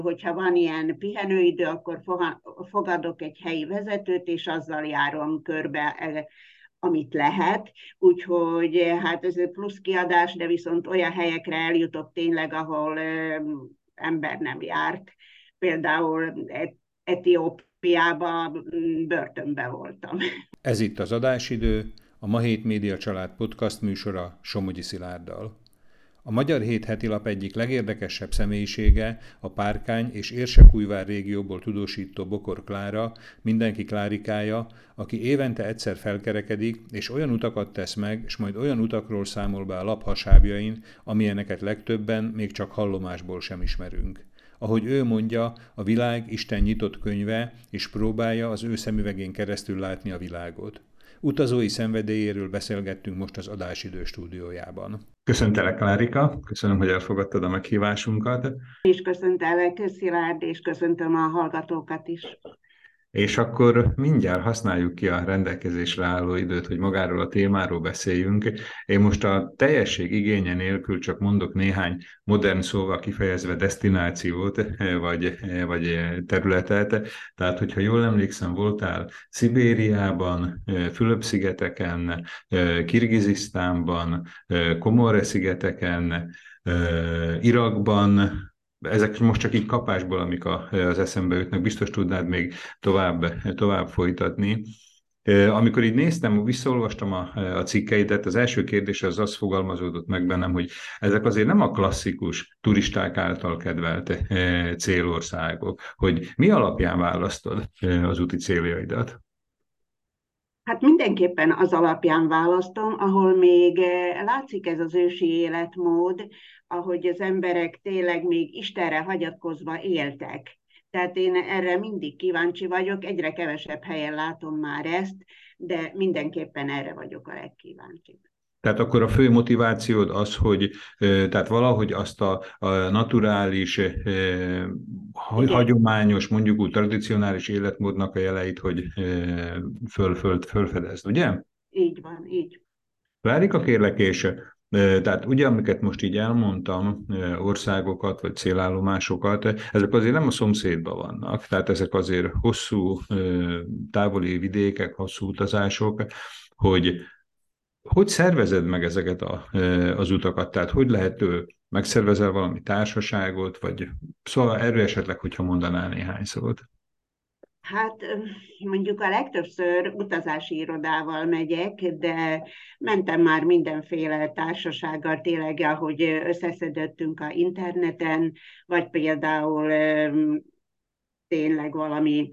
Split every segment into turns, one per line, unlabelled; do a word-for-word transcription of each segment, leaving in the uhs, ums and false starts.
hogyha van ilyen pihenőidő, akkor fogadok egy helyi vezetőt, és azzal járom körbe, amit lehet. Úgyhogy hát ez plusz kiadás, de viszont olyan helyekre eljutok tényleg, ahol ember nem járt. Például Etiópiában börtönben voltam.
Ez itt az Adásidő, a Ma Hét Média Család podcast műsora Somogyi Szilárddal. A Magyar Hét hetilap egyik legérdekesebb személyisége a Párkány és Érsekújvár régióból tudósító Bokor Klára, mindenki Klárikája, aki évente egyszer felkerekedik, és olyan utakat tesz meg, és majd olyan utakról számol be a lap hasábjain, amilyeneket legtöbben még csak hallomásból sem ismerünk. Ahogy ő mondja, a világ Isten nyitott könyve, és próbálja az ő szemüvegén keresztül látni a világot. Utazói szenvedélyéről beszélgettünk most az Adásidő stúdiójában. Köszöntelek, Klárika, köszönöm, hogy elfogadtad a meghívásunkat.
És köszöntelek, Szilárd, és köszöntöm a hallgatókat is.
És akkor mindjárt használjuk ki a rendelkezésre álló időt, hogy magáról a témáról beszéljünk. Én most a teljesség igénye nélkül csak mondok néhány modern szóval kifejezve desztinációt, vagy, vagy területet. Tehát, hogyha jól emlékszem, voltál Szibériában, Fülöp-szigeteken, Kirgizisztánban, Komore-szigeteken, Irakban. Ezek most csak így kapásból, amik a, az eszembe jutnak, biztos tudnád még tovább, tovább folytatni. Amikor így néztem, visszaolvastam a, a cikkeidet, az első kérdés az az fogalmazódott meg bennem, hogy ezek azért nem a klasszikus turisták által kedvelt célországok, hogy mi alapján választod az úti céljaidat?
Hát mindenképpen az alapján választom, ahol még látszik ez az ősi életmód, ahogy az emberek tényleg még Istenre hagyatkozva éltek. Tehát én erre mindig kíváncsi vagyok, egyre kevesebb helyen látom már ezt, de mindenképpen erre vagyok a legkíváncsibb.
Tehát akkor a fő motivációd az, hogy tehát valahogy azt a, a naturális, eh, hagyományos, mondjuk úgy tradicionális életmódnak a jeleit, hogy eh, föl, föl, fölfedezd, ugye?
Így van, így.
Várjuk a kérlek, és eh, tehát ugye, amiket most így elmondtam, eh, országokat vagy célállomásokat, ezek azért nem a szomszédban vannak, tehát ezek azért hosszú, eh, távoli vidékek, hosszú utazások, hogy hogy szervezed meg ezeket a, az utakat? Tehát hogy lehet, megszervezel valami társaságot, vagy szóval erről esetleg, hogyha mondanál néhány szót?
Hát mondjuk a legtöbbször utazási irodával megyek, de mentem már mindenféle társasággal, tényleg, ahogy összeszedöttünk a interneten, vagy például tényleg valami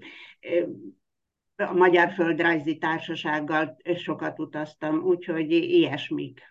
a Magyar Földrajzi Társasággal sokat utaztam, úgyhogy ilyesmik.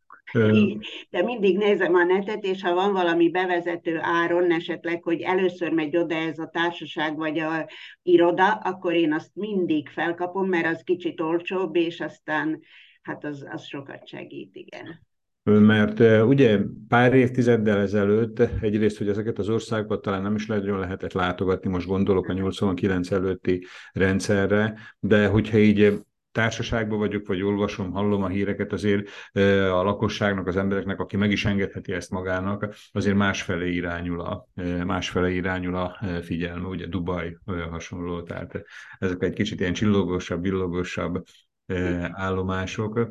De mindig nézem a netet, és ha van valami bevezető áron, esetleg, hogy először megy oda ez a társaság vagy a iroda, akkor én azt mindig felkapom, mert az kicsit olcsóbb, és aztán hát az, az sokat segít, igen.
Mert uh, ugye pár évtizeddel ezelőtt egyrészt, hogy ezeket az országokat talán nem is nagyon lehetett látogatni, most gondolok a nyolcvankilenc előtti rendszerre, de hogyha így társaságban vagyok, vagy olvasom, hallom a híreket, azért a lakosságnak, az embereknek, aki meg is engedheti ezt magának, azért másfelé irányul a, másfelé irányul a figyelme, ugye Dubaj hasonló, tehát ezek egy kicsit ilyen csillogósabb, villogósabb állomások.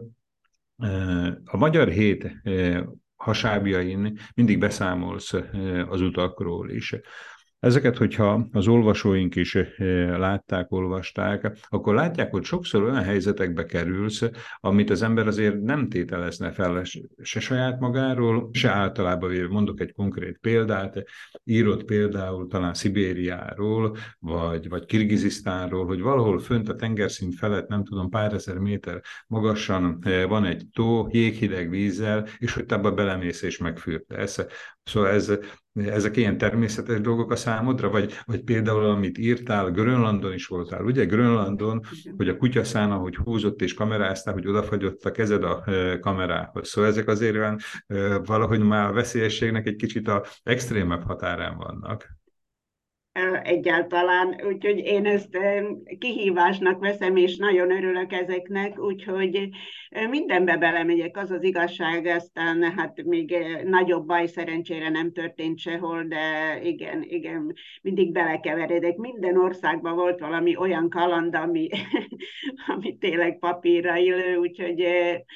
A Magyar Hét hasábjain mindig beszámolsz az utakról is. Ezeket, hogyha az olvasóink is látták, olvasták, akkor látják, hogy sokszor olyan helyzetekbe kerülsz, amit az ember azért nem tételezne fel se saját magáról, se általában véve. Mondok egy konkrét példát, írott például talán Szibériáról, vagy, vagy Kirgizisztánról, hogy valahol fönt a tengerszint felett, nem tudom, pár ezer méter magasan van egy tó, jéghideg vízzel, és hogy te abba belemész és megfürdesz. Szóval ez, ezek ilyen természetes dolgok a számodra, vagy, vagy például, amit írtál, Grönlandon is voltál, ugye? Grönlandon, hogy a kutyaszán, ahogy húzott és kameráztál, hogy odafagyott a kezed a kamerához. Szóval ezek azért olyan, valahogy már a veszélyességnek egy kicsit a extrémebb határán vannak.
egyáltalán, úgyhogy én ezt kihívásnak veszem, és nagyon örülök ezeknek, úgyhogy mindenbe belemegyek, az az igazság, aztán hát még nagyobb baj szerencsére nem történt sehol, de igen, igen, mindig belekeveredek. Minden országban volt valami olyan kaland, ami, ami tényleg papírra illő, úgyhogy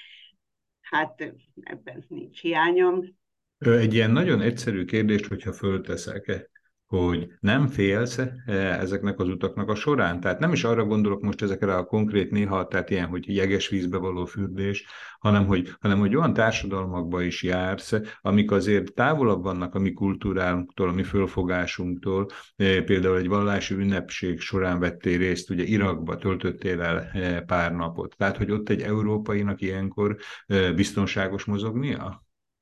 hát ebben nincs hiányom.
Egy ilyen nagyon egyszerű kérdést, hogyha fölteszek, hogy nem félsz ezeknek az utaknak a során? Tehát nem is arra gondolok most ezekre a konkrét néha, tehát ilyen, hogy jeges vízbe való fürdés, hanem hogy, hanem hogy olyan társadalmakba is jársz, amik azért távolabb vannak a mi kultúránktól, a mi fölfogásunktól. Például egy vallási ünnepség során vettél részt, ugye Irakba töltöttél el pár napot. Tehát, hogy ott egy európainak ilyenkor biztonságos mozognia?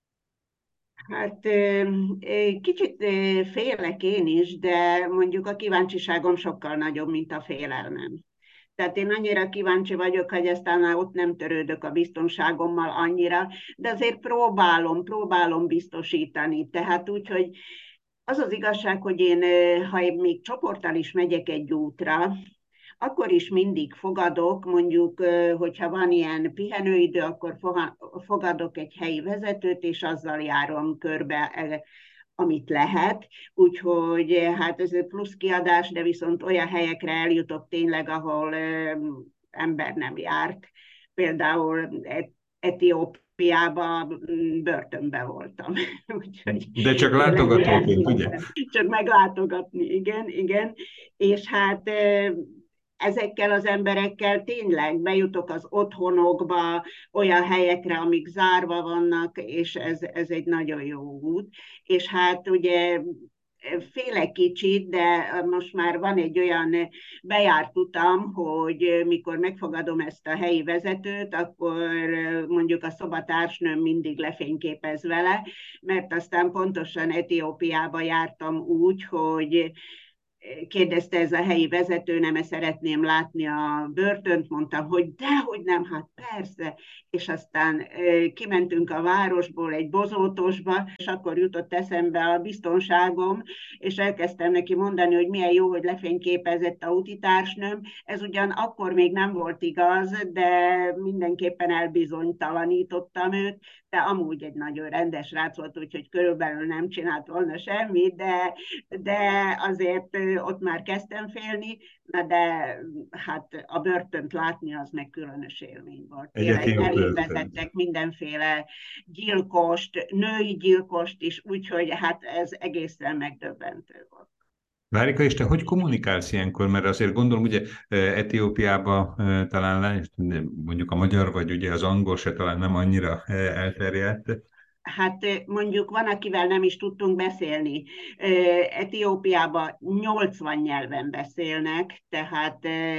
Hát kicsit félek én is, de mondjuk a kíváncsiságom sokkal nagyobb, mint a félelmem. Tehát én annyira kíváncsi vagyok, hogy aztán ott nem törődök a biztonságommal annyira, de azért próbálom, próbálom biztosítani. Tehát úgy, hogy az az igazság, hogy én, ha én még csoporttal is megyek egy útra, akkor is mindig fogadok, mondjuk, hogyha van ilyen pihenőidő, akkor fogadok egy helyi vezetőt, és azzal járom körbe, amit lehet. Úgyhogy hát ez plusz kiadás, de viszont olyan helyekre eljutok tényleg, ahol ember nem járt. Például Etiópiában börtönben voltam.
Úgyhogy de csak látogatóként, ugye?
Csak meglátogatni, igen, igen. És hát ezekkel az emberekkel tényleg bejutok az otthonokba, olyan helyekre, amik zárva vannak, és ez, ez egy nagyon jó út. És hát ugye félek kicsit, de most már van egy olyan bejárt utam, hogy mikor megfogadom ezt a helyi vezetőt, akkor mondjuk a szobatársnőm mindig lefényképez vele, mert aztán pontosan Etiópiába jártam úgy, hogy kérdezte ez a helyi vezető, nem szeretném látni a börtönt, mondtam, hogy dehogy nem, hát persze, és aztán kimentünk a városból egy bozótosba, és akkor jutott eszembe a biztonságom, és elkezdtem neki mondani, hogy milyen jó, hogy lefényképezett a utitársnőm. Ez ugyan akkor még nem volt igaz, de mindenképpen elbizonytalanítottam őt, de amúgy egy nagyon rendes rác volt, úgyhogy körülbelül nem csinált volna semmit, de, de azért ott már kezdtem félni, de hát a börtönt látni az meg különös élmény volt. Tényleg elég vezettek mindenféle gyilkost, női gyilkost is, úgyhogy hát ez egészen megdöbbentő volt.
Várika, és te hogy kommunikálsz ilyenkor? Mert azért gondolom, ugye Etiópiában talán mondjuk a magyar, vagy ugye az angol se talán nem annyira elterjedt.
Hát mondjuk van, akivel nem is tudtunk beszélni. Etiópiában nyolcvan nyelven beszélnek, tehát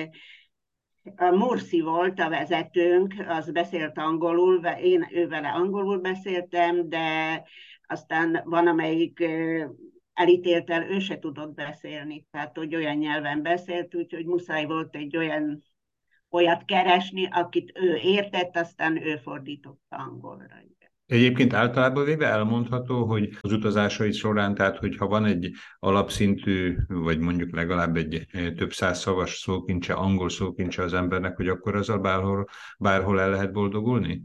a Mursi volt a vezetőnk, az beszélt angolul, én ővele angolul beszéltem, de aztán van, amelyik elítélt el, ő se tudott beszélni, tehát hogy olyan nyelven beszélt, úgyhogy muszáj volt egy olyan olyat keresni, akit ő értett, aztán ő fordította angolra.
Egyébként általában véve elmondható, hogy az utazásai során, tehát hogyha van egy alapszintű, vagy mondjuk legalább egy több száz szavas szókincse, angol szókincse az embernek, hogy akkor azzal bárhol, bárhol el lehet boldogulni?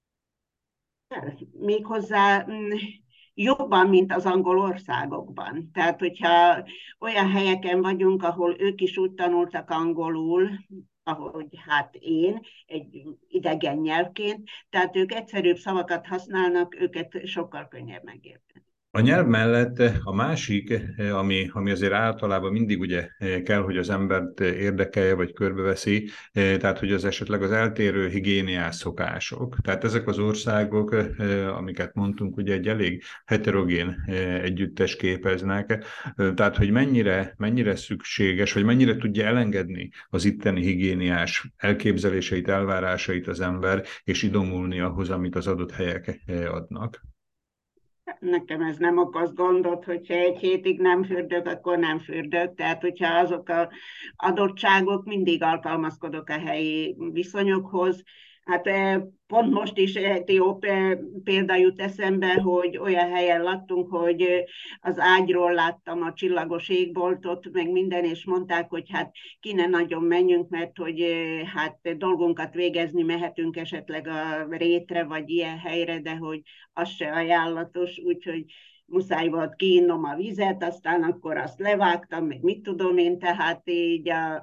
Méghozzá jobban, mint az angol országokban. Tehát, hogyha olyan helyeken vagyunk, ahol ők is úgy tanultak angolul, ahogy hát én, egy idegen nyelvként, tehát ők egyszerűbb szavakat használnak, őket sokkal könnyebb megérteni.
A nyelv mellett a másik, ami, ami azért általában mindig ugye kell, hogy az embert érdekelje, vagy körbeveszi, tehát hogy az esetleg az eltérő higiéniás szokások. Tehát ezek az országok, amiket mondtunk, ugye egy elég heterogén együttes képeznek, tehát hogy mennyire, mennyire szükséges, vagy mennyire tudja elengedni az itteni higiéniás elképzeléseit, elvárásait az ember, és idomulni ahhoz, amit az adott helyek adnak.
Nekem ez nem okoz gondot, hogyha egy hétig nem fürdök, akkor nem fürdök. Tehát, hogyha azok az adottságok, mindig alkalmazkodok a helyi viszonyokhoz. Hát pont most is egy jó példa jut eszembe, hogy olyan helyen laktunk, hogy az ágyról láttam a csillagos égboltot, meg minden, és mondták, hogy hát ki ne nagyon menjünk, mert hogy hát dolgunkat végezni mehetünk esetleg a rétre, vagy ilyen helyre, de hogy az se ajánlatos, úgyhogy muszáj volt kiinnom a vizet, aztán akkor azt levágtam, meg mit tudom én, tehát így a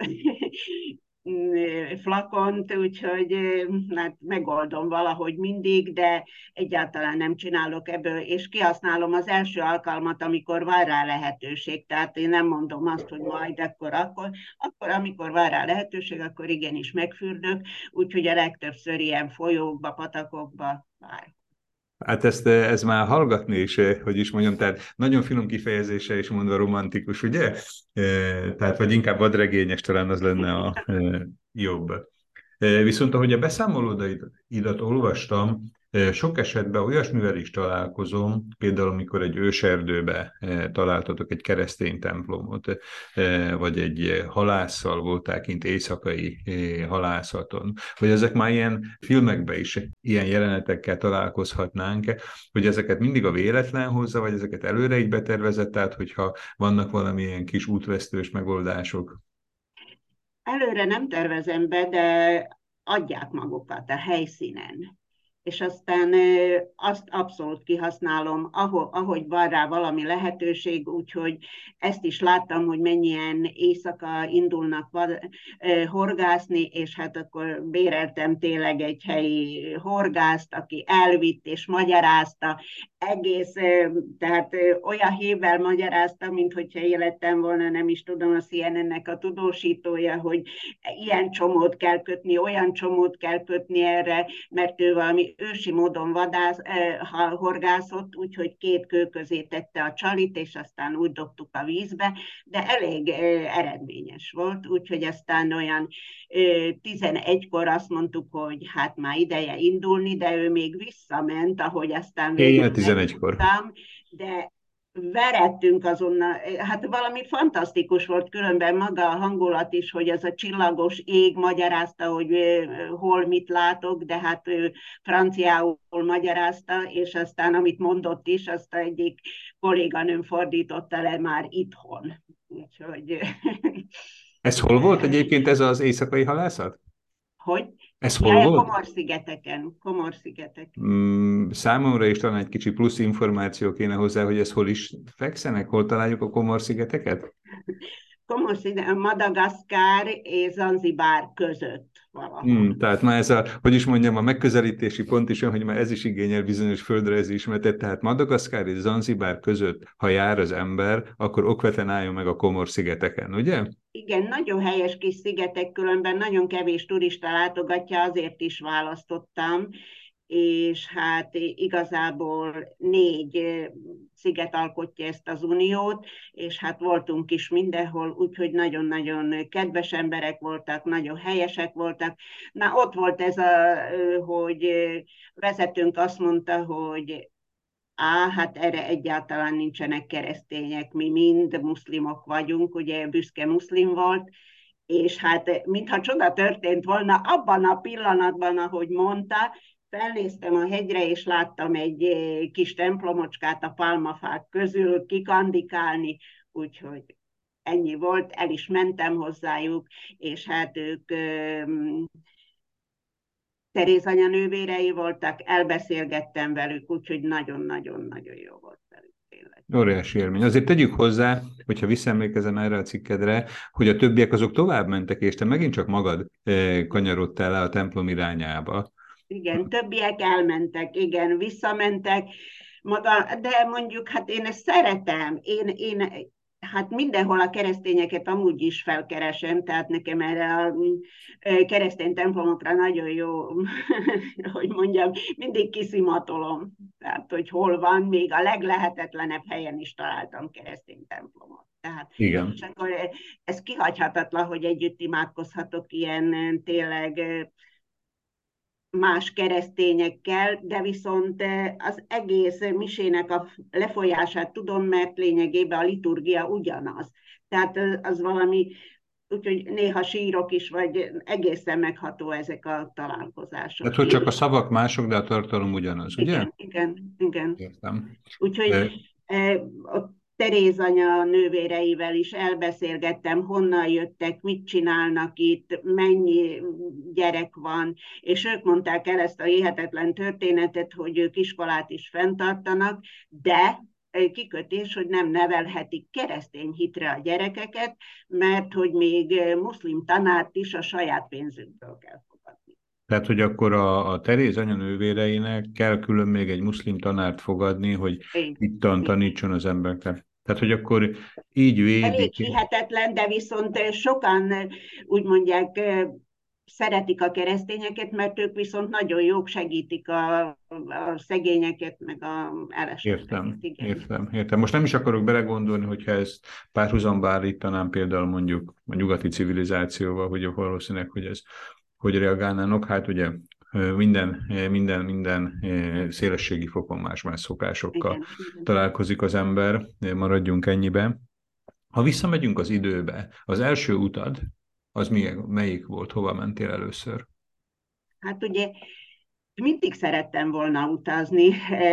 flakont, úgyhogy hát megoldom valahogy mindig, de egyáltalán nem csinálok ebből, és kihasználom az első alkalmat, amikor van rá lehetőség, tehát én nem mondom azt, hogy majd akkor, akkor, akkor amikor van rá lehetőség, akkor igenis megfürdök, úgyhogy a legtöbbször ilyen folyókba, patakokba vár.
Hát ezt, ez már hallgatni is, hogy is mondjam, tehát nagyon finom kifejezése is mondva romantikus, ugye? Tehát, vagy inkább vadregényes talán az lenne a jobb. Viszont ahogy a beszámolóidat olvastam, sok esetben olyasmivel is találkozom, például amikor egy őserdőbe találtatok egy keresztény templomot, vagy egy halásszal volták kint éjszakai halászaton, hogy ezek már ilyen filmekben is ilyen jelenetekkel találkozhatnánk, hogy ezeket mindig a véletlen hozza, vagy ezeket előre így betervezett, tehát hogyha vannak valamilyen kis útvesztős megoldások.
Előre nem tervezem be, de adják magukat a helyszínen. És aztán azt abszolút kihasználom, ahogy van rá valami lehetőség, úgyhogy ezt is láttam, hogy mennyien éjszaka indulnak horgászni, és hát akkor béreltem tényleg egy helyi horgászt, aki elvitt és magyarázta, egész, tehát olyan hívvel magyarázta, mint hogyha életem volna, nem is tudom, a C N N-nek a tudósítója, hogy ilyen csomót kell kötni, olyan csomót kell kötni erre, mert ő valami ősi módon vadász, eh, horgászott, úgyhogy két kő közé tette a csalit, és aztán úgy dobtuk a vízbe, de elég eh, eredményes volt, úgyhogy aztán olyan eh, tizenegykor azt mondtuk, hogy hát már ideje indulni, de ő még visszament, ahogy aztán végül megtudtam, de verettünk azonnal, hát valami fantasztikus volt, különben maga a hangulat is, hogy ez a csillagos ég magyarázta, hogy hol mit látok, de hát ő franciául magyarázta, és aztán amit mondott is, azt egyik kolléganőm fordította le már itthon. Úgyhogy...
Ez hol volt egyébként ez az éjszakai halászat?
Hogy?
Ez hol ja, volt?
Komor-szigeteken. Komor-szigeteken.
Mm, számomra is talán egy kicsi plusz információ kéne hozzá, hogy ez hol is fekszenek, hol találjuk a Komor-szigeteket?
Komor-sziget, Madagaszkár és Zanzibár között valahol.
Hmm, tehát már ez a, hogy is mondjam, a megközelítési pont is olyan, hogy már ez is igényel bizonyos földrajzi ismeretet, tehát Madagaszkár és Zanzibár között, ha jár az ember, akkor okvetlen álljon meg a Komor-szigeteken, ugye?
Igen, nagyon helyes kis szigetek, különben nagyon kevés turista látogatja, azért is választottam, és hát igazából négy sziget alkotja ezt az uniót, és hát voltunk is mindenhol, úgyhogy nagyon-nagyon kedves emberek voltak, nagyon helyesek voltak. Na ott volt ez, a, hogy vezetőnk azt mondta, hogy Á, hát erre egyáltalán nincsenek keresztények, mi mind muszlimok vagyunk, ugye büszke muszlim volt, és hát mintha csoda történt volna, abban a pillanatban, ahogy mondta, felnéztem a hegyre, és láttam egy kis templomocskát a pálmafák közül kikandikálni, úgyhogy ennyi volt, el is mentem hozzájuk, és hát ők Teréz anyanővérei voltak, elbeszélgettem velük, úgyhogy nagyon-nagyon-nagyon jó volt velük tényleg.
Óriási élmény. Azért tegyük hozzá, hogyha visszaemlékezem erre a cikkedre, hogy a többiek azok tovább mentek, és te megint csak magad kanyarodtál le a templom irányába.
Igen, többiek elmentek, igen, visszamentek, maga, de mondjuk, hát én ezt szeretem, én, én hát mindenhol a keresztényeket amúgy is felkeresem, tehát nekem erre a keresztény templomokra nagyon jó, hogy mondjam, mindig kiszimatolom, tehát hogy hol van, még a leglehetetlenebb helyen is találtam keresztény templomot. Tehát,
igen.
És akkor ez kihagyhatatlan, hogy együtt imádkozhatok ilyen tényleg más keresztényekkel, de viszont az egész misének a lefolyását tudom, mert lényegében a liturgia ugyanaz. Tehát az valami úgyhogy néha sírok is, vagy egészen megható ezek a találkozások.
Tehát, hogy csak a szavak mások, de a tartalom ugyanaz, ugye?
Igen, igen, igen.
Értem.
Úgyhogy eh, a Teréz anya nővéreivel is elbeszélgettem, honnan jöttek, mit csinálnak itt, mennyi gyerek van, és ők mondták el ezt a hihetetlen történetet, hogy ők iskolát is fenntartanak, de kikötés, hogy nem nevelhetik keresztény hitre a gyerekeket, mert hogy még muszlim tanárt is a saját pénzükből kell fogadni.
Tehát, hogy akkor a, a Teréz anyanővéreinek kell külön még egy muszlim tanárt fogadni, hogy itt tanítson az embereknek. Tehát, hogy akkor így védik.
Elég hihetetlen, de viszont sokan úgy mondják, szeretik a keresztényeket, mert ők viszont nagyon jók, segítik a, a szegényeket, meg a elesetteket.
Értem, értem, értem. Most nem is akarok belegondolni, hogyha ezt párhuzamba állítanám például mondjuk a nyugati civilizációval, hogy valószínűleg, hogy ez hogy reagálnának. Hát ugye minden, minden, minden szélességi fokon más-más szokásokkal igen, igen. találkozik az ember, maradjunk ennyiben. Ha visszamegyünk az időbe, az első utad, az milyen, melyik volt, hova mentél először?
Hát ugye mindig szerettem volna utazni.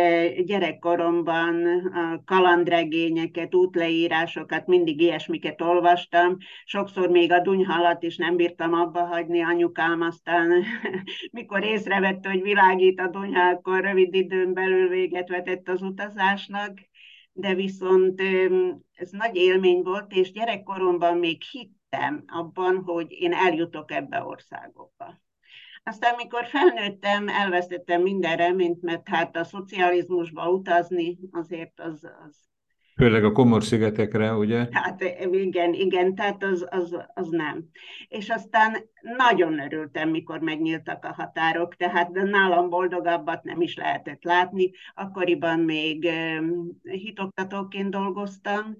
Gyerekkoromban a kalandregényeket, útleírásokat, mindig ilyesmiket olvastam. Sokszor még a Dunyhalat is nem bírtam abba hagyni, anyukám aztán, mikor észrevette, hogy világít a Dunyha, akkor rövid időn belül véget vetett az utazásnak. De viszont ez nagy élmény volt, és gyerekkoromban még hittem abban, hogy én eljutok ebbe országokba. Aztán, mikor felnőttem, elvesztettem minden reményt, mert hát a szocializmusba utazni azért az... az
Főleg a Komor-szigetekre, ugye?
Hát igen, igen, tehát az, az, az nem. És aztán nagyon örültem, mikor megnyíltak a határok, tehát nálam boldogabbat nem is lehetett látni. Akkoriban még hitoktatóként dolgoztam,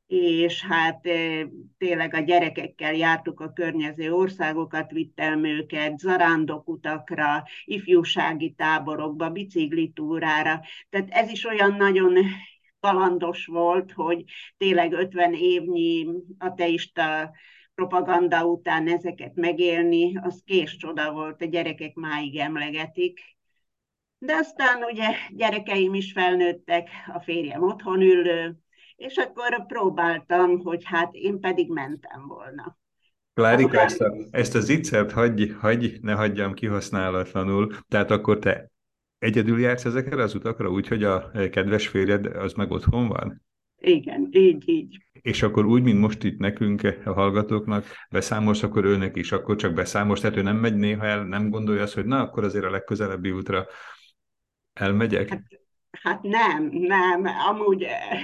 és hát tényleg a gyerekekkel jártuk a környező országokat, vittem őket zarándokutakra, ifjúsági táborokba, biciklitúrára. Tehát ez is olyan nagyon kalandos volt, hogy tényleg ötven évnyi ateista propaganda után ezeket megélni, az kés csoda volt, a gyerekek máig emlegetik. De aztán ugye gyerekeim is felnőttek, a férjem otthon ülő, és akkor próbáltam, hogy hát én pedig mentem volna.
Klárika, ezt, a, ezt az iccert hagyj, hagyj, ne hagyjam kihasználatlanul. Tehát akkor te egyedül jársz ezekre az utakra, úgyhogy a kedves férjed az meg otthon van?
Igen, így, így.
És akkor úgy, mint most itt nekünk, a hallgatóknak, beszámolsz, akkor őnek is, akkor csak beszámolsz, tehát ő nem megy néha el, nem gondolja azt, hogy na, akkor azért a legközelebbi útra elmegyek?
Hát, hát nem, nem, amúgy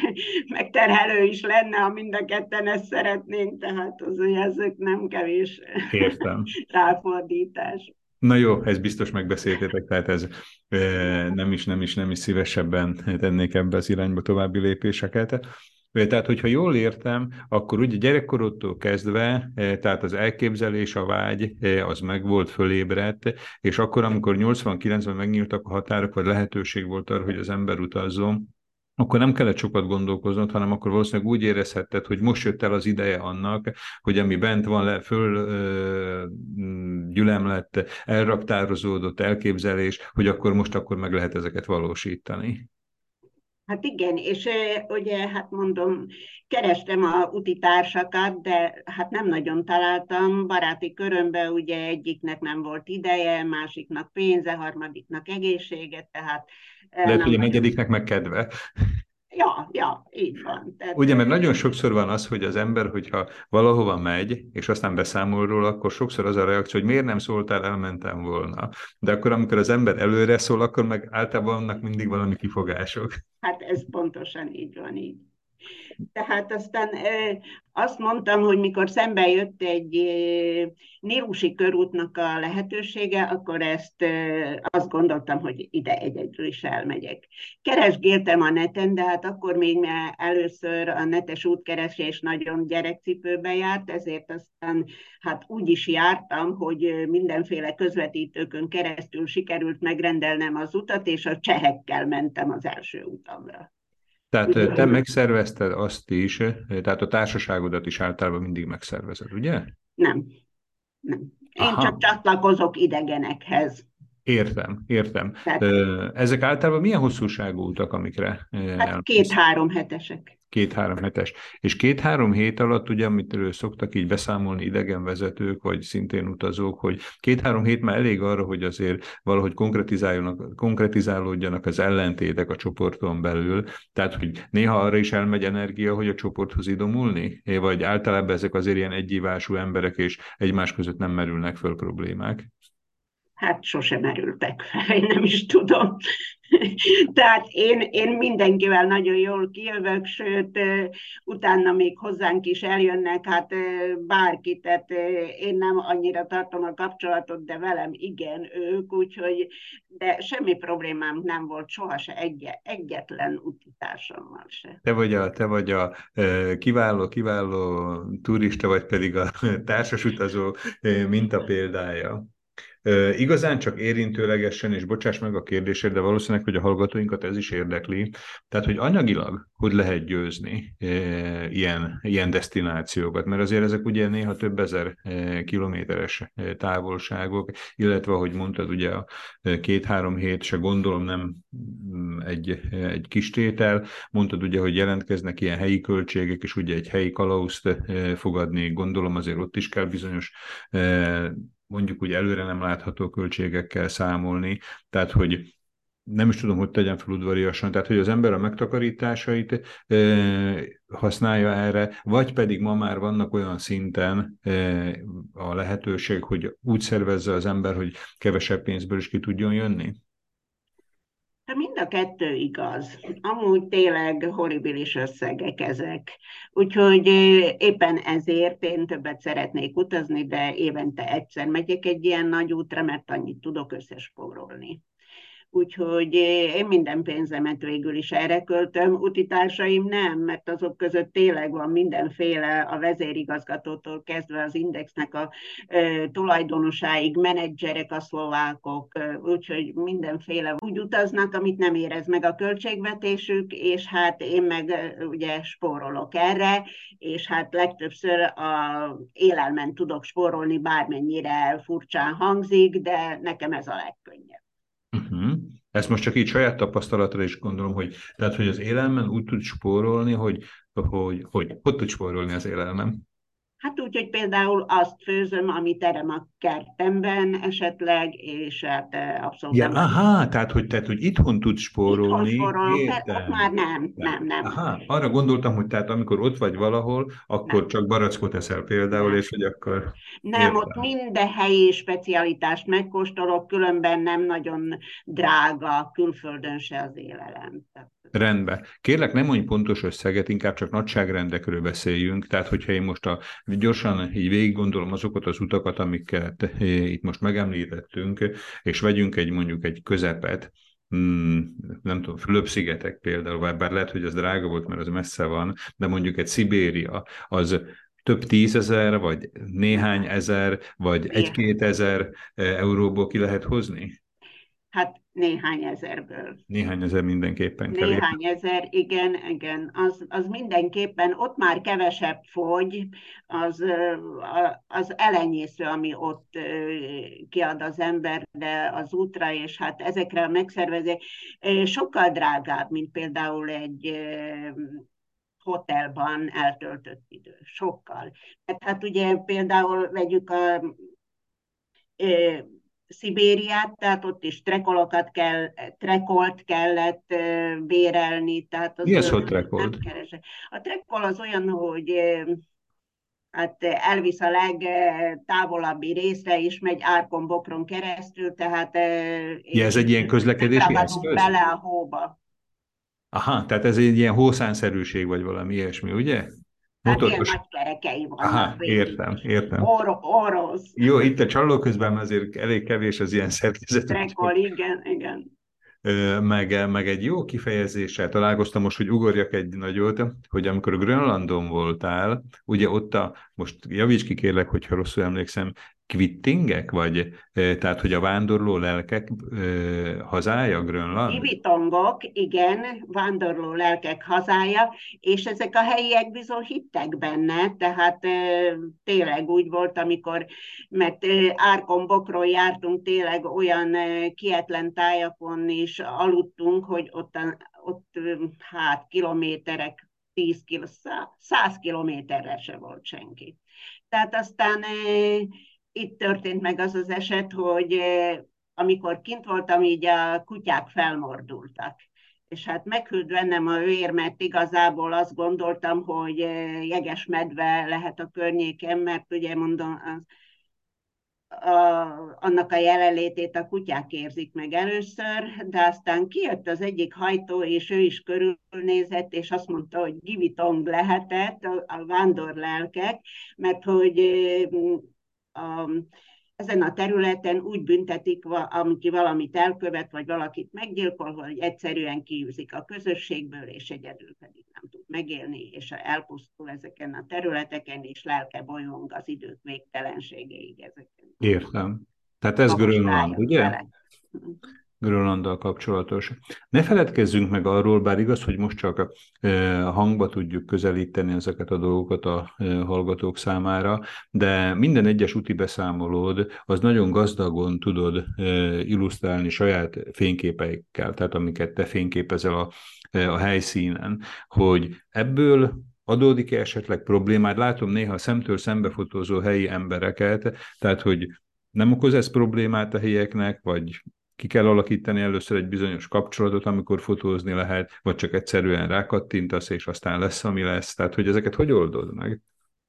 megterhelő is lenne, ha mind a ketten ezt szeretnénk, tehát az, hogy ezek nem kevés
Értem.
ráfordítás.
Na jó, ez biztos megbeszéltétek, tehát ez e, nem is, nem is, nem is szívesebben tennék ebbe az irányba további lépéseket. Tehát, hogyha jól értem, akkor ugye gyerekkorodtól kezdve, tehát az elképzelés, a vágy, az meg volt, fölébredt, és akkor, amikor nyolcvankilencben megnyíltak a határok, vagy lehetőség volt arra, hogy az ember utazzon, akkor nem kellett sokat gondolkoznod, hanem akkor valószínűleg úgy érezhetted, hogy most jött el az ideje annak, hogy ami bent van, le, föl ö, gyülemlett, elraktározódott elképzelés, hogy akkor most akkor meg lehet ezeket valósítani.
Hát igen, és ugye, hát mondom, kerestem a úti társakat, de hát nem nagyon találtam. Baráti körömben ugye egyiknek nem volt ideje, másiknak pénze, harmadiknak egészsége, tehát...
Lehet, hogy a negyediknek meg kedve.
Ja, ja, így van.
Tehát... Ugye, mert nagyon sokszor van az, hogy az ember, hogyha valahova megy, és aztán beszámol róla, akkor sokszor az a reakció, hogy miért nem szóltál, elmentem volna. De akkor, amikor az ember előre szól, akkor meg általában vannak mindig valami kifogások.
Hát ez pontosan így van, így. Tehát aztán azt mondtam, hogy mikor szembe jött egy nílusi körútnak a lehetősége, akkor ezt azt gondoltam, hogy ide egyedül is elmegyek. Keresgéltem a neten, de hát akkor még először a netes útkeresés nagyon gyerekcipőbe járt, ezért aztán hát úgy is jártam, hogy mindenféle közvetítőkön keresztül sikerült megrendelnem az utat, és a csehekkel mentem az első utamra.
Tehát te megszervezted azt is, tehát a társaságodat is általában mindig megszervezed, ugye?
Nem, nem. Én csak
Aha,
csatlakozok idegenekhez.
értem, értem.
Tehát
Ö, Ezek általában milyen hosszúságú utak, amikre ö,
hát
elmész?
két-három hetesek.
Két-három hetes. És két-három hét alatt, ugye, amit szoktak így beszámolni idegenvezetők, vagy szintén utazók, hogy két-három hét már elég arra, hogy azért valahogy konkretizáljanak, konkretizálódjanak az ellentétek a csoporton belül. Tehát, hogy néha arra is elmegy energia, hogy a csoporthoz idomulni, vagy általában ezek azért ilyen egyívású emberek, és egymás között nem merülnek föl problémák.
Hát sosem merültek fel, én nem is tudom. Tehát én, én mindenkivel nagyon jól kijövök, sőt, utána még hozzánk is eljönnek, hát bárki, tehát én nem annyira tartom a kapcsolatot, de velem igen ők, úgyhogy, de semmi problémám nem volt sohasem egy, egyetlen utitársammal se.
Te vagy a, te vagy a e, kiváló, kiváló turista, vagy pedig a társas utazó e, mintapéldája. E, igazán csak érintőlegesen, és bocsáss meg a kérdésért, de valószínűleg, hogy a hallgatóinkat ez is érdekli, tehát, hogy anyagilag hogy lehet győzni e, ilyen, ilyen desztinációkat, mert azért ezek ugye néha több ezer e, kilométeres e, távolságok, illetve, ahogy mondtad, ugye a e, két-három hét se gondolom nem mm, egy, egy kis tétel, mondtad ugye, hogy jelentkeznek ilyen helyi költségek, és ugye egy helyi kalauzt e, fogadni, gondolom azért ott is kell bizonyos e, mondjuk úgy előre nem látható költségekkel számolni, tehát hogy nem is tudom, hogy tegyem fel udvariasan, tehát hogy az ember a megtakarításait e, használja erre, vagy pedig ma már vannak olyan szinten e, a lehetőség, hogy úgy szervezze az ember, hogy kevesebb pénzből is ki tudjon jönni?
Hát mind a kettő igaz. Amúgy tényleg horribilis összegek ezek. Úgyhogy éppen ezért én többet szeretnék utazni, de évente egyszer megyek egy ilyen nagy útra, mert annyit tudok összespórolni. Úgyhogy én minden pénzemet végül is erre költöm, utitársaim nem, mert azok között tényleg van mindenféle, a vezérigazgatótól kezdve az Indexnek a e, tulajdonosáig, menedzserek a szlovákok, úgyhogy mindenféle úgy utaznak, amit nem érez meg a költségvetésük, és hát én meg ugye spórolok erre, és hát legtöbbször a élelmen tudok spórolni, bármennyire furcsán hangzik, de nekem ez a legkönnyebb.
Uh-huh. Ezt most csak így saját tapasztalatra is gondolom, hogy tehát, hogy az élelmen úgy tud spórolni, hogy hogy, hogy, hogy tud spórolni az élelmen.
Hát úgy, hogy például azt főzöm, amit terem a kertemben esetleg, és hát abszolút
Ja,
nem vagyok.
aha, tehát hogy, tehát, hogy itthon tud
Itthon
spórolni,
spórolok, ott
értem.
már nem,
Nem.
nem, nem,
Aha, arra gondoltam, hogy tehát amikor ott vagy valahol, akkor
nem,
csak barackot eszel például,
nem.
és hogy akkor
Nem, ott
értem.
minden helyi specialitást megkóstolok, különben nem nagyon drága külföldön se az élelem.
Rendben. Kérlek, nem mondj pontos összeget, inkább csak nagyságrendekről beszéljünk. Tehát, hogyha én most a, gyorsan így végig gondolom azokat az utakat, amiket itt most megemlítettünk, és vegyünk egy mondjuk egy közepet, hmm, nem tudom, Fülöp-szigetek például, bár lehet, hogy az drága volt, mert az messze van, de mondjuk egy Szibéria, az több tízezer, vagy néhány ezer, vagy egy-két ezer euróból ki lehet hozni?
Hát néhány ezerből.
Néhány ezer mindenképpen kell érni.
Néhány ezer, igen, igen, az, az mindenképpen, ott már kevesebb fogy, az, az elenyésző, ami ott kiad az ember, de az útra, és hát ezekre a megszervezés sokkal drágább, mint például egy hotelban eltöltött idő, sokkal. Hát, hát ugye például vegyük a Szibériát, tehát ott is trekolokat kell, trekolt kellett bérelni, tehát az
Mi ez, hogy
nem
trekold?
keresek. A trekol az olyan, hogy hát elvisz a legtávolabbi részre, és megy árkon, bokron keresztül, tehát
Ja, ez
és
egy ilyen
nem
közlekedési
ragadunk
eszköz?
bele a hóba.
Aha, tehát ez egy ilyen hószánszerűség, vagy valami ilyesmi, ugye?
Hát ilyen
Motoros.
nagy kerekei vannak
Aha,
végig.
értem, értem.
Or- orosz.
Jó, itt a csaló közben azért elég kevés az ilyen szerkezet, úgyhogy
Trekol, igen, igen.
meg, meg egy jó kifejezéssel találkoztam most, hogy ugorjak egy nagyot, hogy amikor Grönlandon voltál, ugye ott a, most javíts ki kérlek, hogyha rosszul emlékszem, kvittingek, vagy tehát, hogy a vándorló lelkek hazája, Grönland?
Givitongok, igen, vándorló lelkek hazája, és ezek a helyiek bizony hittek benne, tehát e, tényleg úgy volt, amikor, mert e, Árkombokról jártunk, tényleg olyan e, kietlen tájakon is aludtunk, hogy ott, ott hát kilométerek, tíz kil, száz kilométerre se volt senki. Tehát aztán e, itt történt meg az az eset, hogy e, amikor kint voltam, így a kutyák felmordultak. És hát meghűlt bennem a vér, mert igazából azt gondoltam, hogy jeges medve lehet a környéken, mert ugye mondom, az, a, annak a jelenlétét a kutyák érzik meg először, de aztán kijött az egyik hajtó, és ő is körülnézett, és azt mondta, hogy givitong lehetett a, a vándorlelkek, mert hogy a, ezen a területen úgy büntetik, aki valamit elkövet, vagy valakit meggyilkol, hogy egyszerűen kiűzik a közösségből, és egyedül pedig nem tud megélni, és elpusztul ezeken a területeken, és lelke bolyong az idők végtelenségéig ezeken.
Értem. Tehát ez Grönland, ugye?
Vele.
Grönlanddal kapcsolatos. Ne feledkezzünk meg arról, bár igaz, hogy most csak hangba tudjuk közelíteni ezeket a dolgokat a hallgatók számára, de minden egyes úti beszámolód az nagyon gazdagon tudod illusztrálni saját fényképeikkel, tehát amiket te fényképezel a, a helyszínen, hogy ebből adódik-e esetleg problémád? Látom néha szemtől szembefotózó helyi embereket, tehát hogy nem okoz ez problémát a helyieknek, vagy ki kell alakítani először egy bizonyos kapcsolatot, amikor fotózni lehet, vagy csak egyszerűen rákattintasz, és aztán lesz, ami lesz. Tehát, hogy ezeket hogy oldod meg?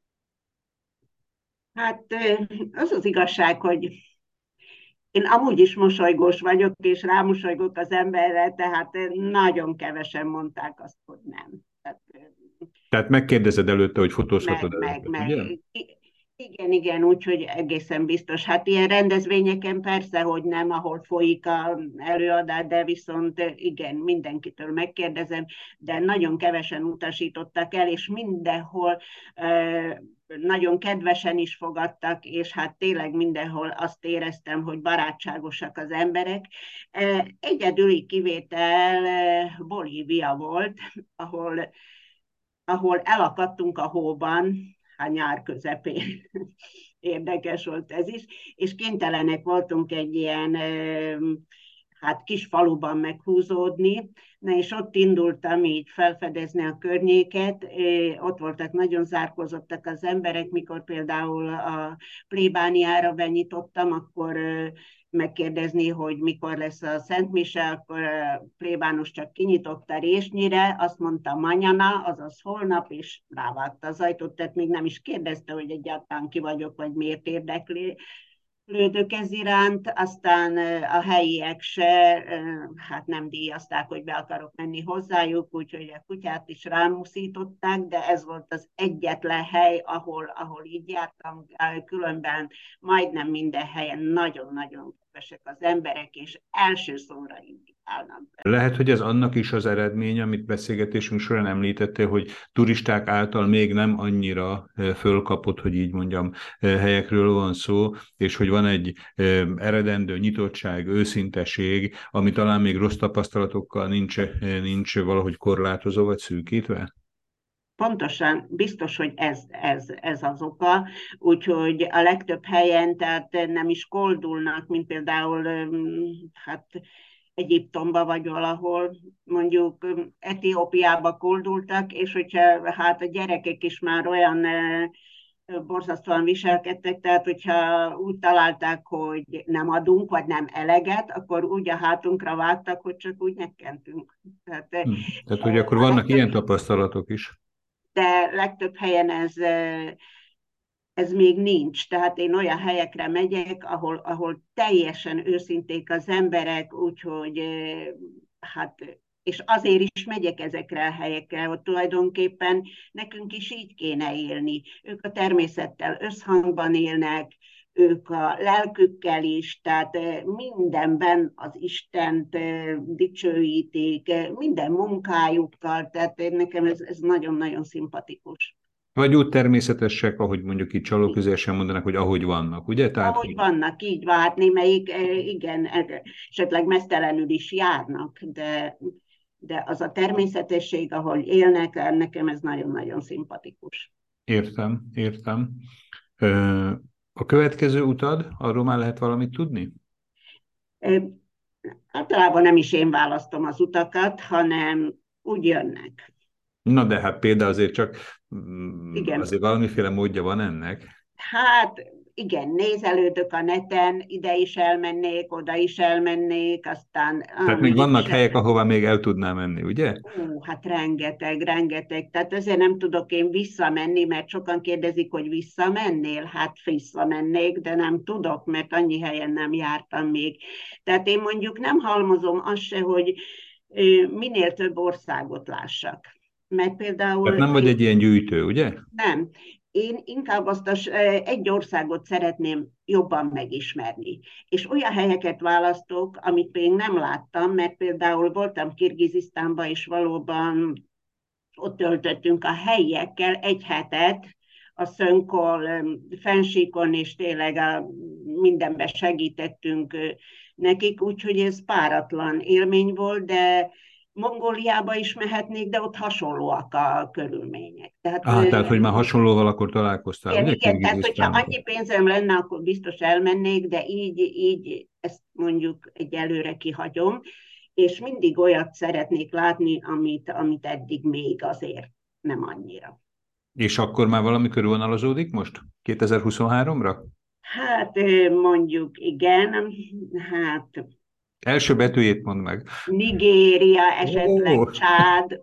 Hát az az igazság, hogy én amúgy is mosolygós vagyok, és rámosolygok az emberre, tehát nagyon kevesen mondták azt, hogy nem. Tehát,
tehát megkérdezed előtte, hogy fotózhatod
meg,
előtte,
meg,
ugye?
meg. Igen, igen, úgyhogy egészen biztos. Hát ilyen rendezvényeken persze, hogy nem, ahol folyik a előadás, de viszont igen, mindenkitől megkérdezem, de nagyon kevesen utasítottak el, és mindenhol eh, nagyon kedvesen is fogadtak, és hát tényleg mindenhol azt éreztem, hogy barátságosak az emberek. Eh, egyedüli kivétel eh, Bolívia volt, ahol, ahol elakadtunk a hóban, a nyár közepén. Érdekes volt ez is, és kénytelenek voltunk egy ilyen hát kis faluban meghúzódni, na és ott indultam így felfedezni a környéket, ott voltak nagyon zárkózottak az emberek, mikor például a plébániára benyitottam, akkor megkérdezni, hogy mikor lesz a Szent Mise, akkor a plébános csak kinyitotta résnyire, azt mondta mañana, azaz holnap, és rávágta az ajtót, tehát még nem is kérdezte, hogy egyáltalán ki vagyok, vagy miért érdekli lődök ez iránt, aztán a helyiek se, hát nem díjazták, hogy be akarok menni hozzájuk, úgyhogy a kutyát is rámuszították, de ez volt az egyetlen hely, ahol, ahol így jártam, különben majdnem minden helyen nagyon-nagyon kevesek az emberek, és első szóra indikálnak.
Lehet, hogy ez annak is az eredménye, amit beszélgetésünk során említettél, hogy turisták által még nem annyira fölkapott, hogy így mondjam, helyekről van szó, és hogy van egy eredendő nyitottság, őszinteség, ami talán még rossz tapasztalatokkal nincs, nincs valahogy korlátozó vagy szűkítve?
Pontosan, biztos, hogy ez, ez, ez az oka, úgyhogy a legtöbb helyen tehát nem is koldulnak, mint például hát Egyiptomba vagy valahol, mondjuk Etiópiába koldultak, és hogyha hát a gyerekek is már olyan borzasztóan viselkedtek, tehát hogyha úgy találták, hogy nem adunk, vagy nem eleget, akkor úgy a hátunkra vágtak, hogy csak úgy megkentünk. Tehát,
Hm. Tehát, hogy akkor vannak legtöbb, ilyen tapasztalatok is.
De legtöbb helyen ez, ez még nincs. Tehát én olyan helyekre megyek, ahol, ahol teljesen őszinték az emberek, úgyhogy hát és azért is megyek ezekre a helyekre, hogy tulajdonképpen nekünk is így kéne élni. Ők a természettel összhangban élnek, ők a lelkükkel is, tehát mindenben az Istent dicsőítik, minden munkájukkal, tehát nekem ez, ez nagyon-nagyon szimpatikus.
Vagy úgy természetesek, ahogy mondjuk itt csalóközésen mondanak, hogy ahogy vannak, ugye? Tehát,
Ahogy
hogy
vannak, így van, hát némelyik, igen, esetleg meztelenül is járnak, de, de az a természetesség, ahol élnek, nekem ez nagyon-nagyon szimpatikus.
értem, értem. A következő utad, arról már lehet valamit tudni?
Általában nem is én választom az utakat, hanem úgy jönnek.
Na de hát például azért csak mm,
Igen,
azért valamiféle módja van ennek.
hát igen, nézelődök a neten, ide is elmennék, oda is elmennék, aztán ah,
Tehát még
még
vannak helyek,
esetleg.
ahová még el tudnám menni, ugye?
Ó, hát rengeteg, rengeteg. Tehát azért nem tudok én visszamenni, mert sokan kérdezik, hogy visszamennél. Hát visszamennék, de nem tudok, mert annyi helyen nem jártam még. Tehát én mondjuk nem halmozom azt se, hogy minél több országot lássak. Mert például
Tehát nem vagy egy ilyen gyűjtő, ugye?
nem. Én inkább azt az egy országot szeretném jobban megismerni. És olyan helyeket választok, amit még nem láttam, mert például voltam Kirgizisztánban, és valóban ott töltöttünk a helyiekkel egy hetet, a Szönkol fensíkon, és tényleg a, mindenben segítettünk nekik, úgyhogy ez páratlan élmény volt, de Mongóliába is mehetnék, de ott hasonlóak a körülmények. Tehát
Ah, tehát, hogy már hasonlóval akkor találkoztál,
igen,
ugye,
igen, tehát hogyha
Kirgizisztánban?
annyi pénzem lenne, akkor biztos elmennék, de így, így ezt mondjuk egy előre kihagyom, és mindig olyat szeretnék látni, amit, amit eddig még azért nem annyira.
És akkor már valami körülvonalazódik most? kétezer-huszonháromra?
Hát mondjuk igen, hát
Első betűjét mondd meg.
Nigéria, esetleg
Ó!
Csád.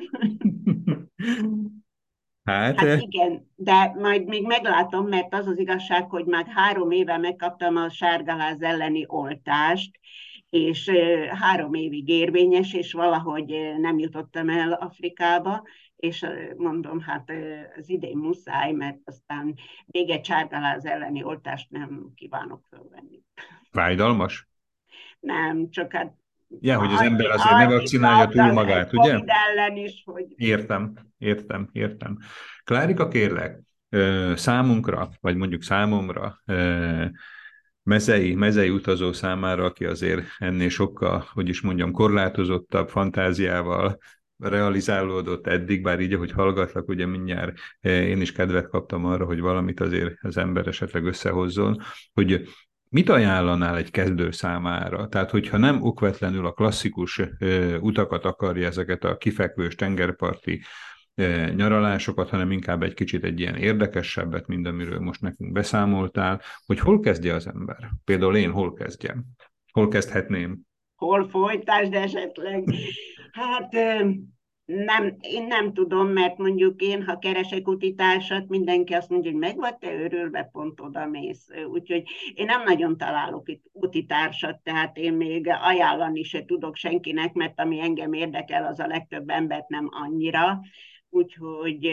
Hát,
Hát igen, de majd még meglátom, mert az az igazság, hogy már három éve megkaptam a sárgaláz elleni oltást, és három évig érvényes, és valahogy nem jutottam el Afrikába, és mondom, hát az idén muszáj, mert aztán még egy sárgaláz elleni oltást nem kívánok fölvenni.
fájdalmas?
Nem, csak hát
Ja, hogy az ember
annyi,
azért ne
annyit
vakcinálja túl
kaptam egy
magát, ugye?
Covid ellen is, hogy
Értem, értem, értem. Klárika, kérlek, ö, számunkra, vagy mondjuk számomra, ö, mezei, mezei utazó számára, aki azért ennél sokkal, hogy is mondjam, korlátozottabb fantáziával realizálódott eddig, bár így, ahogy hallgatlak, ugye mindjárt én is kedvet kaptam arra, hogy valamit azért az ember esetleg összehozzon, hogy mit ajánlanál egy kezdő számára? Tehát, hogyha nem okvetlenül a klasszikus ö, utakat akarja, ezeket a kifekvős tengerparti ö, nyaralásokat, hanem inkább egy kicsit egy ilyen érdekesebbet, mint amiről most nekünk beszámoltál, hogy hol kezdje az ember? Például én hol kezdjem? Hol kezdhetném?
hol folytasd esetleg. Hát nem, én nem tudom, mert mondjuk én, ha keresek utitársat, mindenki azt mondja, hogy meg vagy te örülve, pont oda mész. Úgyhogy én nem nagyon találok itt utitársat, tehát én még ajánlani se tudok senkinek, mert ami engem érdekel, az a legtöbb embert nem annyira. Úgyhogy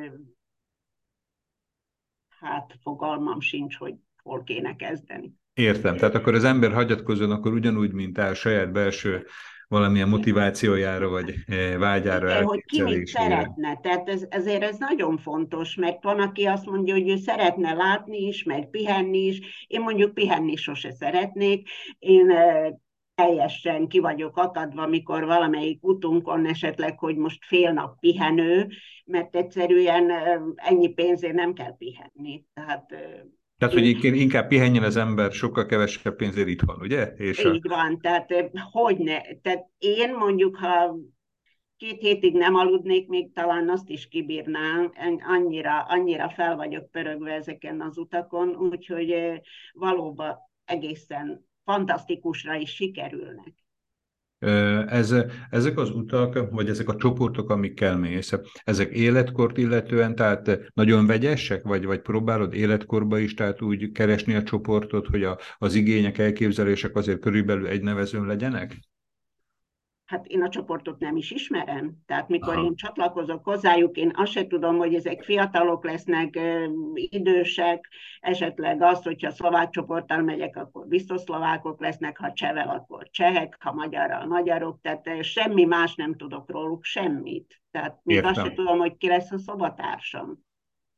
hát fogalmam sincs, hogy hol kéne kezdeni.
Értem. Tehát akkor az ember hagyatkozzon akkor ugyanúgy, mint áll saját belső valamilyen motivációjára, vagy eh, vágyára,
Igen, hogy ki mit
elképzelésére.
szeretne. Tehát ez, ezért ez nagyon fontos, mert van, aki azt mondja, hogy ő szeretne látni is, meg pihenni is. Én mondjuk pihenni sose szeretnék. Én eh, teljesen ki vagyok akadva, mikor valamelyik utunkon esetleg, hogy most fél nap pihenő, mert egyszerűen eh, ennyi pénzért nem kell pihenni. Tehát eh,
Tehát, hogy
én
inkább inkább pihenjen az ember sokkal kevesebb pénzért itthon, ugye? És a,
így van, tehát eh, hogy ne. Tehát én mondjuk, ha két hétig nem aludnék, még talán azt is kibírnám, annyira, annyira fel vagyok pörögve ezeken az utakon, úgyhogy eh, valóban egészen fantasztikusra is sikerülnek.
ez, ezek az utak, vagy ezek a csoportok, amikkel mész, ezek életkort illetően, tehát nagyon vegyesek, vagy, vagy próbálod életkorba is, tehát úgy keresni a csoportot, hogy a, az igények, elképzelések azért körülbelül egy nevezőn legyenek?
Hát én a csoportot nem is ismerem. Tehát mikor
Aha.
én csatlakozok hozzájuk, én azt se tudom, hogy ezek fiatalok lesznek, idősek, esetleg az, hogyha szlovák csoporttal megyek, akkor biztos szlovákok lesznek, ha csevel, akkor csehek, ha magyarral magyarok, tehát semmi más nem tudok róluk, semmit. Tehát még azt se
Értem.
tudom, hogy ki lesz a szobatársam.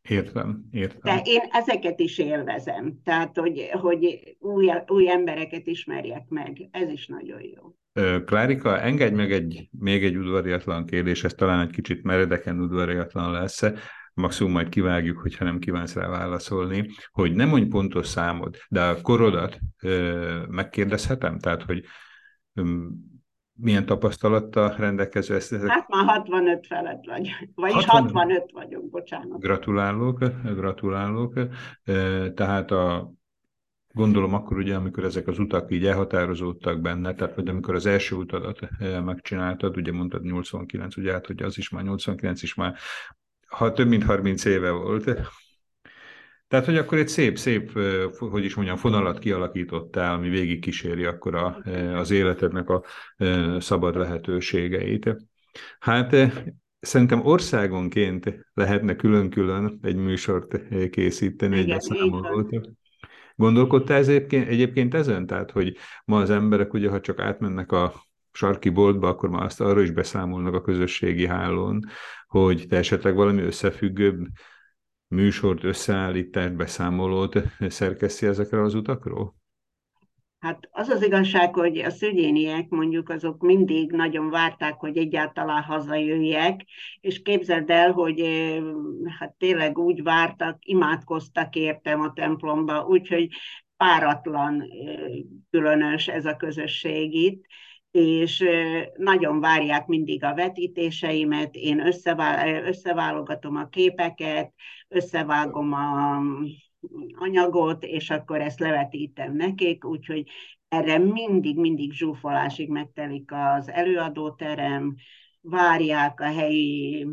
Értem,
De
értem.
én ezeket is élvezem, tehát hogy, hogy új, új embereket ismerjek meg, ez is nagyon jó.
Ö, Klárika, engedj meg egy, még egy udvariatlan kérdés, ez talán egy kicsit meredeken udvariatlan lesz, maximum majd kivágjuk, hogyha nem kívánsz rá válaszolni, hogy nem mondj pontos számot, de a korodat ö, megkérdezhetem? Tehát, hogy ö, milyen tapasztalattal rendelkező ezt?
Hát már hatvanöt felett vagy, vagyis
hatvan.
hatvanöt vagyok, bocsánat.
Gratulálok, gratulálok. Ö, Tehát a Gondolom akkor ugye, amikor ezek az utak így elhatározódtak benne, tehát vagy amikor az első utadat eh, megcsináltad, ugye mondtad nyolcvankilenc, ugye hát, hogy az is már nyolcvankilenc is már ha több mint harminc éve volt. Tehát, hogy akkor egy szép, szép, eh, hogy is mondjam, fonalat kialakítottál, ami végig kíséri akkor a, eh, az életednek a eh, szabad lehetőségeit. Hát szerintem országonként lehetne külön-külön egy műsort készíteni, egy
Igen, így van.
beszámolót. Gondolkodtál ez egyébként, egyébként ezen? Tehát, hogy ma az emberek ugye, ha csak átmennek a sarki boltba, akkor már azt arra is beszámolnak a közösségi hálón, hogy te esetleg valami összefüggőbb műsort, összeállítást, beszámolót szerkeszti ezekre az utakról?
Hát az az igazság, hogy a szügyéniek mondjuk azok mindig nagyon várták, hogy egyáltalán hazajöjjek, és képzeld el, hogy eh, hát tényleg úgy vártak, imádkoztak értem a templomba, úgyhogy páratlan eh, különös ez a közösség itt, és eh, nagyon várják mindig a vetítéseimet, én összevál, összeválogatom a képeket, összevágom a anyagot, és akkor ezt levetítem nekik, úgyhogy erre mindig-mindig zsúfolásig megtelik az előadóterem, várják a helyi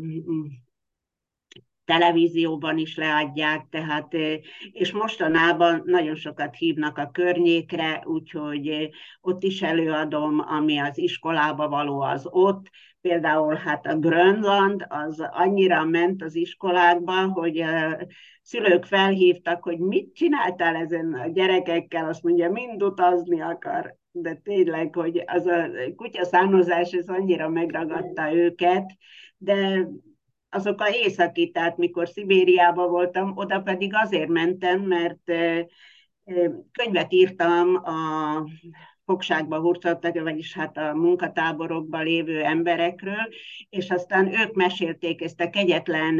televízióban is leadják, tehát, és mostanában nagyon sokat hívnak a környékre, úgyhogy ott is előadom, ami az iskolába való az ott, például hát a Grönland, az annyira ment az iskolákba, hogy a szülők felhívtak, hogy mit csináltál ezen a gyerekekkel, azt mondja, mind utazni akar, de tényleg, hogy az a kutyaszármazás, ez annyira megragadta őket, de azok a északi, tehát mikor Szibériában voltam, oda pedig azért mentem, mert könyvet írtam a fogságba hurcoltak, vagyis hát a munkatáborokban lévő emberekről, és aztán ők mesélték ezt a kegyetlen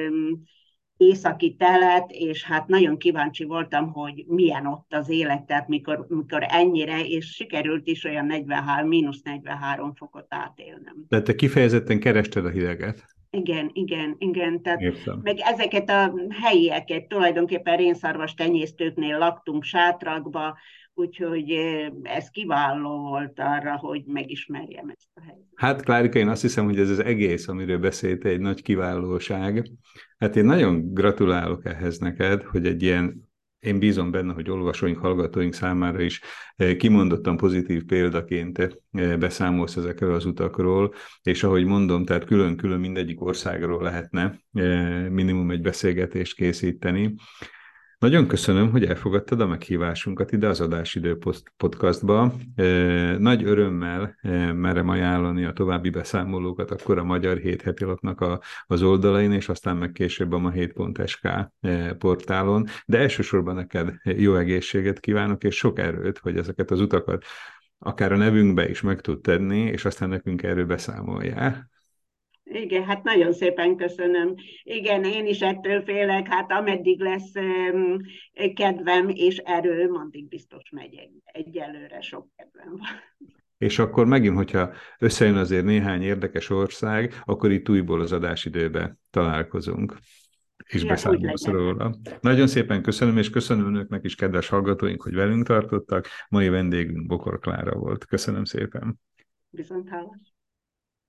északi telet, és hát nagyon kíváncsi voltam, hogy milyen ott az élet, tehát mikor, mikor ennyire, és sikerült is olyan negyvenhárom, mínusz negyvenhárom fokot átélnem.
Tehát te kifejezetten kerested a hideget.
Igen, igen, igen. Tehát
Értem.
meg ezeket a helyieket, tulajdonképpen rénszarvas tenyésztőknél laktunk sátrakba, úgyhogy ez kiváló volt arra, hogy megismerjem ezt a helyet.
Hát Klárika, én azt hiszem, hogy ez az egész, amiről beszélt, egy nagy kiválóság. Hát én nagyon gratulálok ehhez neked, hogy egy ilyen, én bízom benne, hogy olvasóink, hallgatóink számára is kimondottan pozitív példaként beszámolsz ezekről az utakról, és ahogy mondom, tehát külön-külön mindegyik országról lehetne minimum egy beszélgetést készíteni. Nagyon köszönöm, hogy elfogadtad a meghívásunkat ide az Adásidő podcastba. Nagy örömmel merem ajánlani a további beszámolókat akkor a Magyar Hét heti lapnak a, az oldalain, és aztán meg később a ma hét pont es ká portálon. De elsősorban neked jó egészséget kívánok, és sok erőt, hogy ezeket az utakat akár a nevünkbe is meg tud tenni, és aztán nekünk erről beszámoljál.
Igen, hát nagyon szépen köszönöm. Igen, én is ettől félek, hát ameddig lesz um, kedvem és erőm, addig biztos megyek. Egyelőre sok kedvem van.
És akkor megint, hogyha összejön azért néhány érdekes ország, akkor itt újból az adásidőben találkozunk, és
Ja, úgy
beszámolsz
legyen.
róla. Nagyon szépen köszönöm, és köszönöm önöknek is, kedves hallgatóink, hogy velünk tartottak. Mai vendégünk Bokor Klára volt. Köszönöm szépen.
Viszont hallás.